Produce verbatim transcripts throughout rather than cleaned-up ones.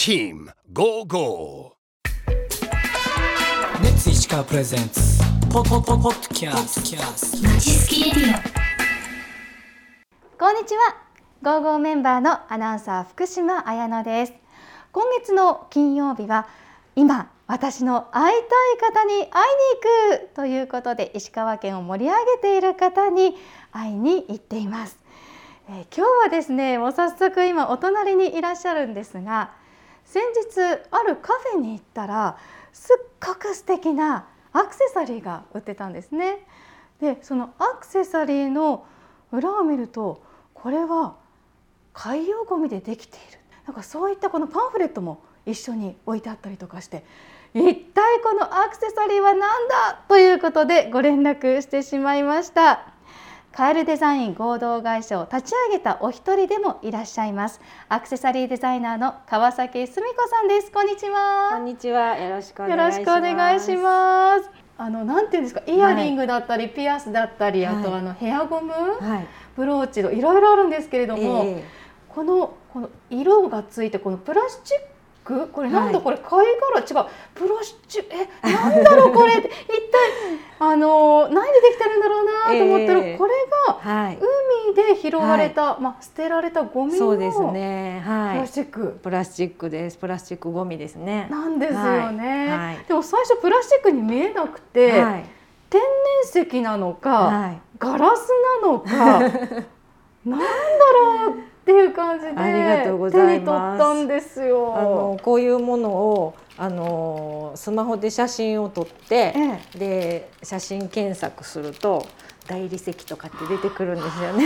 Team Go Go レッツ石川プレゼンツポポポポッドキャストまちすきレディオ。 こんにちは。ゴーゴーメンバーのアナウンサー福島彩乃です。今月の金曜日は今私の会いたい方に会いに行くということで、石川県を盛り上げている方に会いに行っています。えー、今日はですね、もう早速今お隣にいらっしゃるんですが、先日あるカフェに行ったらすっごく素敵なアクセサリーが売ってたんですね。で、そのアクセサリーの裏を見ると、これは海洋ゴミでできている、なんかそういったこのパンフレットも一緒に置いてあったりとかして、一体このアクセサリーは何だということでご連絡してしまいました。カエルデザイン合同会社を立ち上げたお一人でもいらっしゃいます、アクセサリーデザイナーの川崎澄子さんです。こんにちは。 こんにちは。よろしくお願いします。 よろしくお願いします。あのなんていうんですか、イヤリングだったり、はい、ピアスだったり、あとあのヘアゴム、はい、ブローチといろいろあるんですけれども、えー、このこの色がついてこのプラスチック、これなんだ、これ貝殻、違うプラスチック、えなんだろうこれって一体あの何でできてるんだろうなと思ってる、えー、これが海で拾われた、はい、まあ、捨てられたゴミのそうですね、はい、 プラスチックプラスチックです。プラスチックゴミですね。 なんですよね、 はいはい、でも最初プラスチックに見えなくて、はい、天然石なのか、はい、ガラスなのかなんだろうっていう感じでありがとうございます。 手に取ったんですよ。 あのこういうものをあのスマホで写真を撮って、ええ、で写真検索すると大理石とかって出てくるんですよね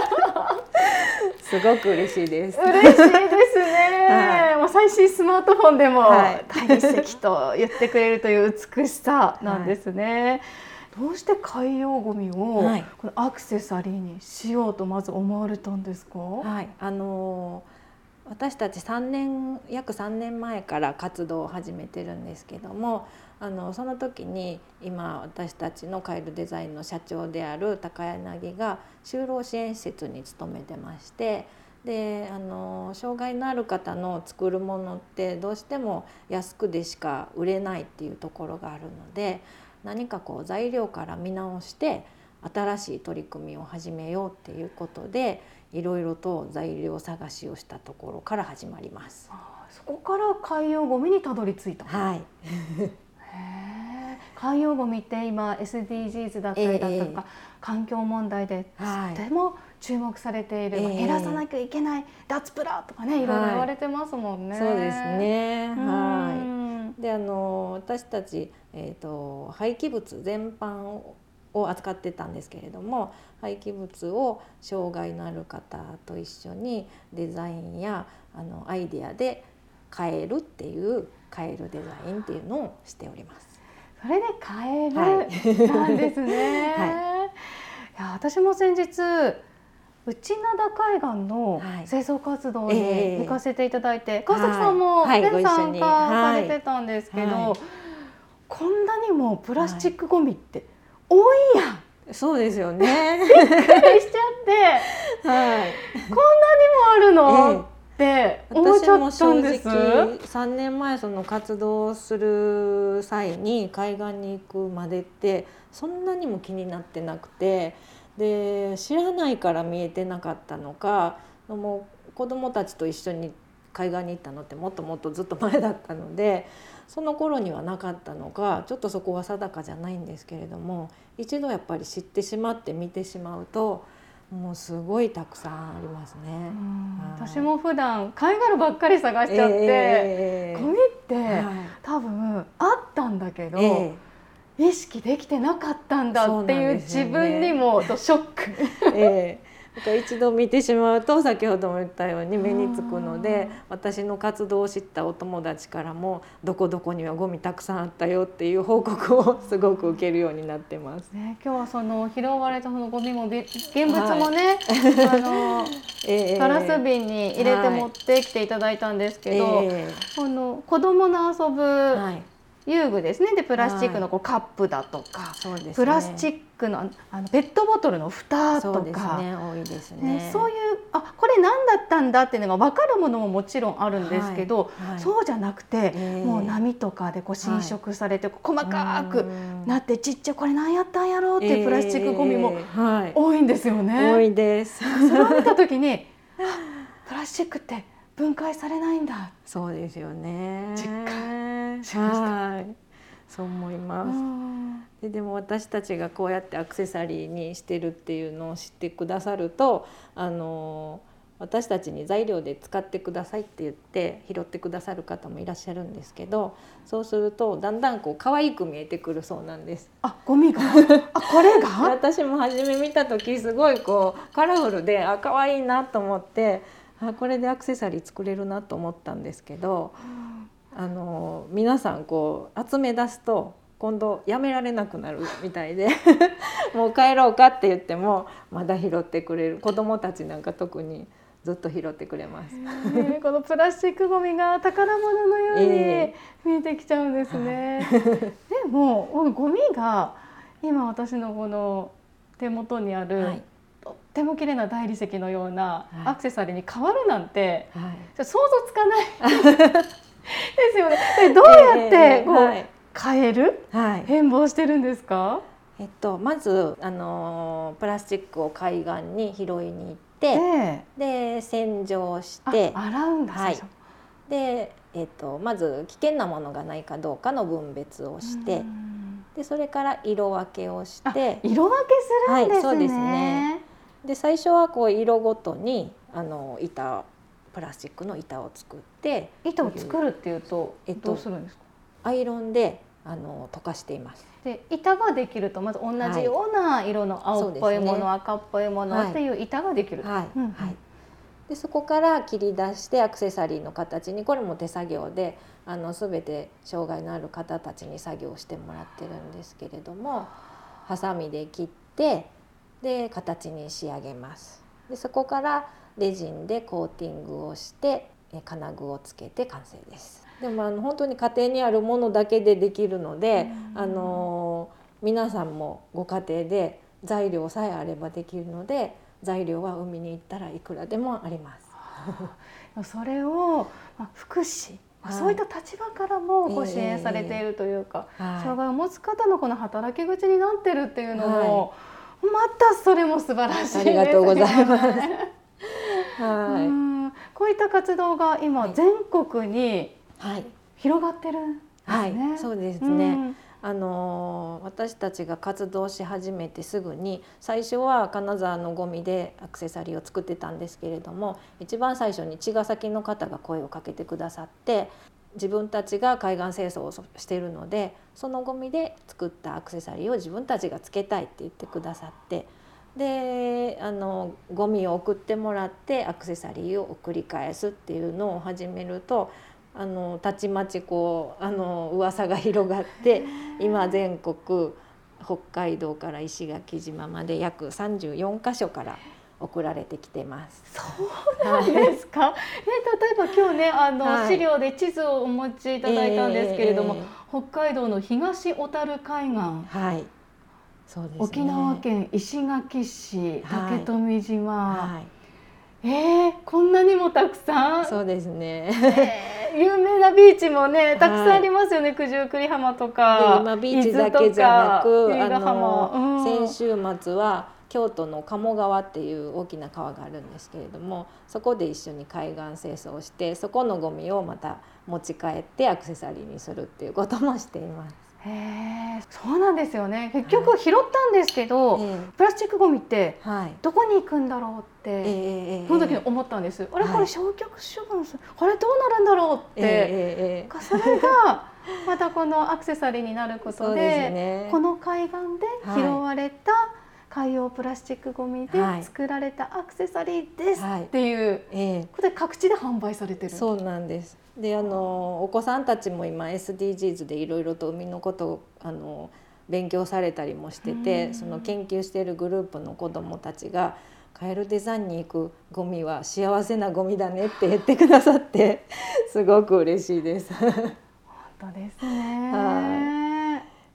すごく嬉しいです。 嬉しいですね、はい、もう最新スマートフォンでも、はい、大理石と言ってくれるという美しさなんですね、はい。どうして海洋ゴミを、はい、このアクセサリーにしようとまず思われたんですか？ はい、あのー、私たちさんねん約さんねんまえから活動を始めてるんですけども、あのその時に今私たちのカエルデザインの社長である高柳が就労支援施設に勤めてまして、であの障害のある方の作るものってどうしても安くでしか売れないっていうところがあるので、何かこう材料から見直して新しい取り組みを始めようっていうことでいろいろと材料探しをしたところから始まります。 あ、そこから海洋ゴミにたどり着いた。 はい。 へえ。海洋ゴミって今 エスディージーズ だったりだとか、えー、環境問題でとても注目されている、えー、減らさなきゃいけない脱プラとかね、いろいろ言われてますもんね。 はい、そうですね。はい。であの私たち、えーと、廃棄物全般を扱ってたんですけれども、廃棄物を障害のある方と一緒にデザインやあのアイデアで変えるっていう変えるデザインっていうのをしております。 それで変えるなんですね、はい、いや私も先日内灘海岸の清掃活動に行かせていただいて、はい、川崎さんも、はいはい、参加されてたんですけど、はいはい、こんなにもプラスチックゴミって多いやん、はい、 そうですよねびっくりしちゃって、はい、こんなにもあるの、えーって思っちゃったんです。 私も正直さんねんまえその活動する際に海岸に行くまでってそんなにも気になってなくて、で知らないから見えてなかったのか、もう子どもたちと一緒に海岸に行ったのってもっともっとずっと前だったので、その頃にはなかったのかちょっとそこは定かじゃないんですけれども、一度やっぱり知ってしまって見てしまうともうすごいたくさんありますね。 私も普段貝殻ばっかり探しちゃって、えー、ゴミって、はい、多分あったんだけど、えー、意識できてなかったんだっていう自分にもショック、 えー一度見てしまうと先ほども言ったように目につくので、私の活動を知ったお友達からもどこどこにはゴミたくさんあったよっていう報告をすごく受けるようになってます、 ね、今日はその拾われたそのゴミも現物もね、はい、あのえー、ガラス瓶に入れて持ってきていただいたんですけど、はい、えー、あの子供の遊ぶ、はい、遊具ですね。でプラスチックのこうカップだとか、はい、プラスチックのあのペットボトルの蓋とか、 そうですね、多いですね。 ね、そういうあこれ何だったんだっていうのが分かるものももちろんあるんですけど、 はいはい、 そうじゃなくて、 えー、 もう波とかでこう浸食されて、はい、細かくなってちっちゃいこれ何やったんやろうっていうプラスチックゴミも多いんですよね。 えーはい、多いです。 それを見た時にプラスチックって分解されないんだ。 そうですよね。 実感しました。 はい、そう思います。で, でも私たちがこうやってアクセサリーにしてるっていうのを知ってくださると、あの私たちに材料で使ってくださいって言って拾ってくださる方もいらっしゃるんですけど、そうするとだんだんこう可愛く見えてくるそうなんです。 あ、ゴミがあ、これが私も初め見た時すごいこうカラフルで、あ、可愛いなと思って、あ、これでアクセサリー作れるなと思ったんですけど、あの皆さんこう集め出すと今度やめられなくなるみたいでもう帰ろうかって言ってもまだ拾ってくれる。子どもたちなんか特にずっと拾ってくれます。 えー、このプラスチックゴミが宝物のように見えてきちゃうんですね。えー、でもゴミが今私のこの手元にある、はい、とっても綺麗な大理石のようなアクセサリーに変わるなんて、はい、想像つかないですよね。でどうやってこう、えーはい、変える、はい、変貌してるんですか？ えっと、まず、あのプラスチックを海岸に拾いに行って、えー、で洗浄して洗うんだ、 はい、で、えっと、まず危険なものがないかどうかの分別をして、でそれから色分けをして、 色分けするんですね。はい、そうですね。 で最初はこう色ごとにあの板プラスチックの板を作って、 板を作るっていうと、えっと、どうするんですか？ アイロンであの溶かしています。 で板ができるとまず同じような色の青っぽいもの、はい、赤っぽいものっていう板ができる。はい、うんうん、はい。 でそこから切り出してアクセサリーの形に、これも手作業であの全て障害のある方たちに作業してもらってるんですけれども、ハサミで切ってで形に仕上げます。でそこからレジンでコーティングをして金具をつけて完成です。でもあの本当に家庭にあるものだけでできるので、あの皆さんもご家庭で材料さえあればできるので、材料は海に行ったらいくらでもあります。 それを、まあ、福祉、はい、そういった立場からもご支援されているというか、えーはい、障害を持つ方のこの働き口になってるっていうのも、はい、またそれも素晴らしいですね。 ありがとうございますはい、 うん、こういった活動が今全国に広がってるんですね。 はいはい、そうですね。うん、あの私たちが活動し始めてすぐに、最初は金沢のゴミでアクセサリーを作ってたんですけれども、一番最初に茅ヶ崎の方が声をかけてくださって、自分たちが海岸清掃をしているので、そのゴミで作ったアクセサリーを自分たちがつけたいって言ってくださって、であのゴミを送ってもらってアクセサリーを送り返すっていうのを始めると、あのたちまちこうあの噂が広がって、今全国北海道から石垣島まで約さんじゅうよんかしょから送られてきてます。 そうなんですか？はい、例えば今日ねあの、はい、資料で地図をお持ちいただいたんですけれども、えー、北海道の東小樽海岸、はい、そうですね、沖縄県石垣市竹富島、はいはい、えー、こんなにもたくさん。 そうですね、 えー、有名なビーチもねたくさんありますよね、はい、九十九里浜とか。 で今ビーチだけじゃなく、あの、うん、先週末は京都の鴨川っていう大きな川があるんですけれども、そこで一緒に海岸清掃をして、そこのゴミをまた持ち帰ってアクセサリーにするっていうこともしています。 へえ、そうなんですよね。結局拾ったんですけど、はい、プラスチックゴミってどこに行くんだろうって、えー、その時に思ったんです。あれ、これ焼却処分する、これどうなるんだろうって、えー、それがまたこのアクセサリーになることで、ね、この海岸で拾われた、はい、海洋プラスチックゴミで作られたアクセサリーですっていうことで各地で販売されてる。 そうなんです。であのお子さんたちも今 エスディージーズ でいろいろと海のことをあの勉強されたりもしてて、その研究しているグループの子どもたちがカエルデザインに行くゴミは幸せなゴミだねって言ってくださってすごく嬉しいです。 本当ですね。はい、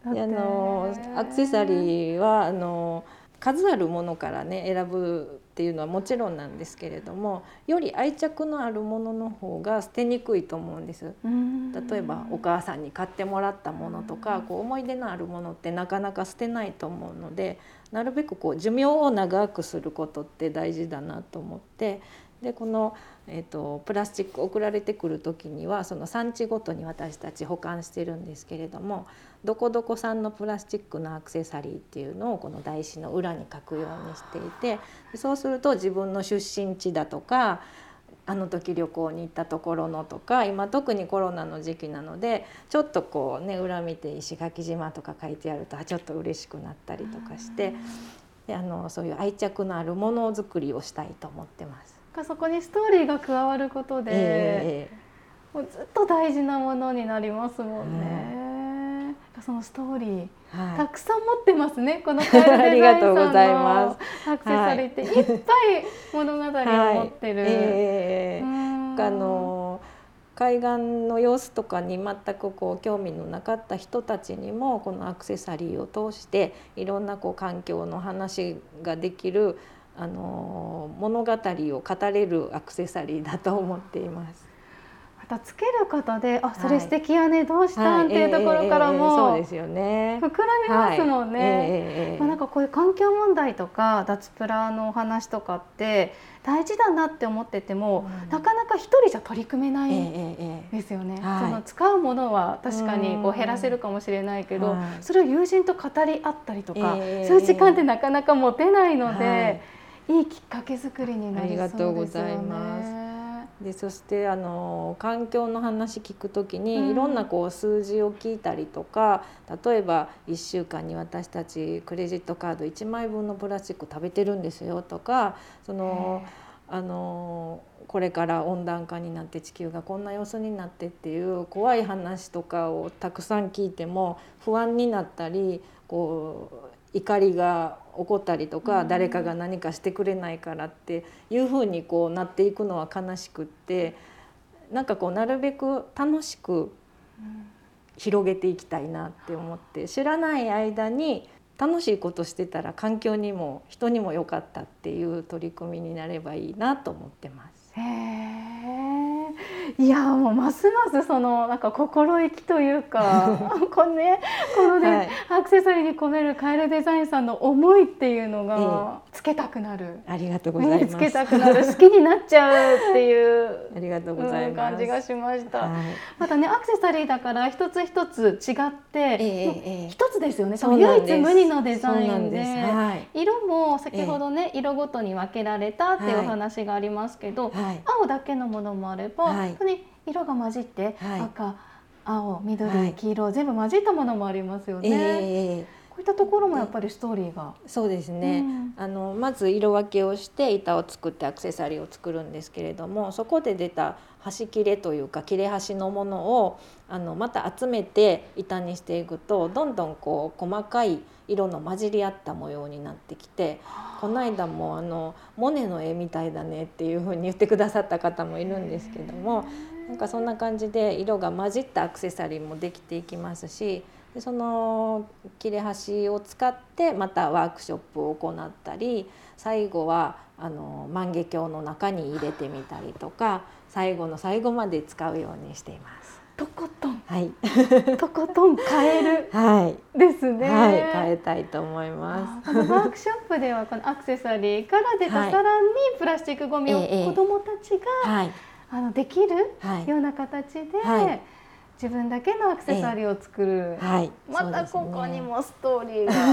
であのアクセサリーはあの数あるものからね選ぶっていうのはもちろんなんですけれども、より愛着のあるものの方が捨てにくいと思うんです。例えばお母さんに買ってもらったものとか、こう思い出のあるものってなかなか捨てないと思うので、なるべくこう寿命を長くすることって大事だなと思って、でこの、えーと、プラスチック送られてくる時にはその産地ごとに私たち保管してるんですけれども、どこどこ産のプラスチックのアクセサリーっていうのをこの台紙の裏に書くようにしていて、そうすると自分の出身地だとか、あの時旅行に行ったところのとか、今特にコロナの時期なのでちょっとこうね裏見て石垣島とか書いてあるとちょっと嬉しくなったりとかして、であのそういう愛着のあるものづくりをしたいと思ってます。 そこにストーリーが加わることで、えー、もうずっと大事なものになりますもんね。うんそのストーリー、はい、たくさん持ってますね、このカエルデザインさんのアクセサリーっていっぱい物語を持ってる、はいえー、 あの海岸の様子とかに全くこう興味のなかった人たちにもこのアクセサリーを通していろんなこう環境の話ができるあの物語を語れるアクセサリーだと思っています。 またつけることで、あ、それ素敵やね、はい、どうしたんっていうところからも、 そうですよね、 膨らみますもんね、はいえーまあ、なんかこういう環境問題とか脱プラのお話とかって大事だなって思ってても、うん、なかなか一人じゃ取り組めないんですよね、えーえーはい、その使うものは確かにこう減らせるかもしれないけど、うん、それを友人と語り合ったりとか、えー、そういう時間ってなかなか持てないので、はい、いいきっかけ作りになりそうですよね。ありがとうございます。 でそしてあの環境の話聞くときにいろんなこう数字を聞いたりとか、例えばいっしゅうかんに私たちクレジットカードいちまいぶんのプラスチック食べてるんですよとか、そのあのこれから温暖化になって地球がこんな様子になってっていう怖い話とかをたくさん聞いても不安になったり、こう怒りが起こったりとか、誰かが何かしてくれないからっていう風にこうなっていくのは悲しくって、なんかこうなるべく楽しく広げていきたいなって思って、知らない間に楽しいことしてたら環境にも人にも良かったっていう取り組みになればいいなと思ってます。 へー、いやもうますますそのなんか心意気というかこのね、このね、はい、アクセサリーに込めるカエルデザインさんの思いっていうのがつけたくなる、 ええ、ありがとうございます。 つけたくなる、好きになっちゃうっていうありがとうございます、 感じがしました、 はい、 またねアクセサリーだから一つ一つ違って、ええ、一つですよね。 そ唯一無二のデザインで、 はい、 色も先ほどね、ええ、色ごとに分けられたっていうお話がありますけど、はい、青だけのものもあれば、はい、色が混じって、はい、赤、青、緑、はい、黄色全部混じったものもありますよね、えー、こういったところもやっぱりストーリーが。 そうですね、うん、あのまず色分けをして板を作ってアクセサリーを作るんですけれども、そこで出た端切れというか切れ端のものをあのまた集めて板にしていくと、どんどんこう細かい色の混じり合った模様になってきて、この間もあのモネの絵みたいだねっていうふうに言ってくださった方もいるんですけども、なんかそんな感じで色が混じったアクセサリーもできていきますし、でその切れ端を使ってまたワークショップを行ったり、最後はあの万華鏡の中に入れてみたりとか、最後の最後まで使うようにしています。 とことん、 はい、 とことん変える、はい、ですね。 はい、変えたいと思います。 あのワークショップではこのアクセサリーから出たさらにプラスチックごみを子どもたちが、はい、あのできるような形で、はい、自分だけのアクセサリーを作る、はい、またここにもストーリーが、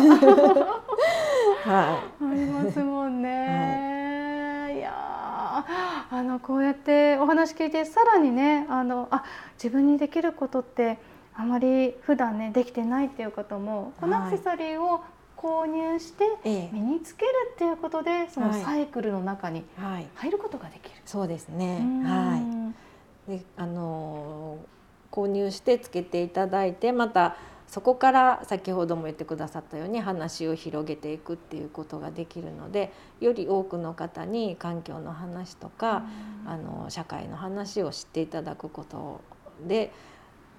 はい、ありますもんね、はい、いやあのこうやってお話聞いてさらにね、あのあ自分にできることってあまり普段ねできてないっていう方も、このアクセサリーを購入して身につけるっていうことで、そのサイクルの中に入ることができる、はいはい、 そうですね、はい、であの購入してつけていただいて、またそこから先ほども言ってくださったように話を広げていくっていうことができるので、より多くの方に環境の話とかあの社会の話を知っていただくことで、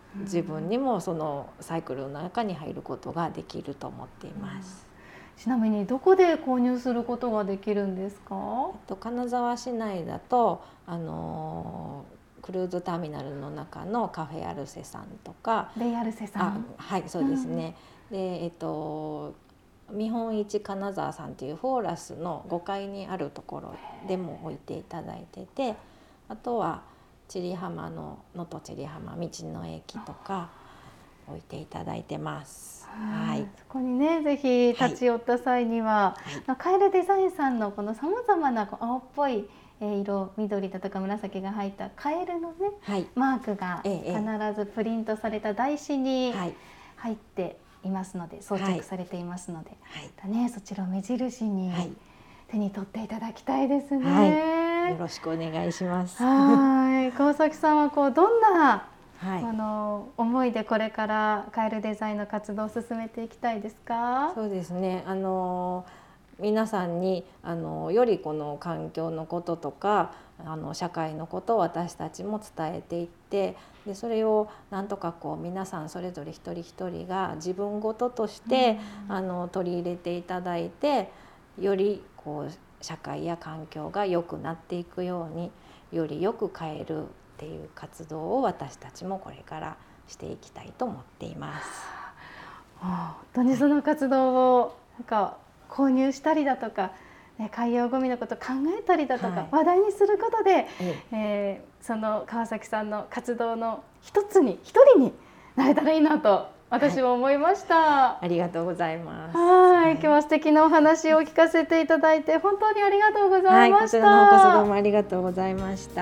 自分にもそのサイクルの中に入ることができると思っています。 ちなみにどこで購入することができるんですか？ えっと、金沢市内だとあのクルーズターミナルの中のカフェアルセさんとか、 レイアルセさん、 あ、はいそうですね、うん、でえっと見本市金沢さんというフォーラスのごかいにあるところでも置いていただいてて、あとは千里浜の能登千里浜道の駅とか置いていただいてます。はい、 そこにねぜひ立ち寄った際には、はい、カエルデザインさんのこのさまざまな青っぽい色、緑だとか紫が入ったカエルのね、はい、マークが必ずプリントされた台紙に入っていますので、装着されていますので、はいね、そちらを目印に手に取っていただきたいですね。 はい、よろしくお願いします。 はい、川崎さんはこうどんなはい、 あの思いでこれからカエルデザインの活動を進めていきたいですか？ そうですね、あの皆さんにあのよりこの環境のこととかあの社会のことを私たちも伝えていって、でそれをなんとかこう皆さんそれぞれ一人一人が自分ごととして、うん、あの取り入れていただいて、よりこう社会や環境が良くなっていくように、よりよく変えるっていう活動を私たちもこれからしていきたいと思っています。 本当にその活動をなんか購入したりだとか、ね、海洋ごみのことを考えたりだとか、はい、話題にすることで、ええー、その川崎さんの活動の一つに一人になれたらいいなと私も思いました。 はい、ありがとうございます。 はい、今日は素敵なお話を聞かせていただいて本当にありがとうございました。はい、こちらの方こそどうもありがとうございました。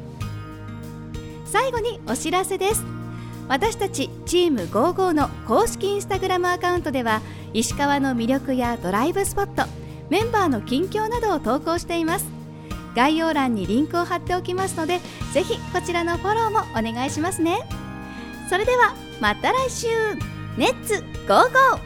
最後にお知らせです。私たちチームゴーゴーの公式インスタグラムアカウントでは、石川の魅力やドライブスポット、メンバーの近況などを投稿しています。概要欄にリンクを貼っておきますので、ぜひこちらのフォローもお願いしますね。それではまた来週。レッツゴーゴー。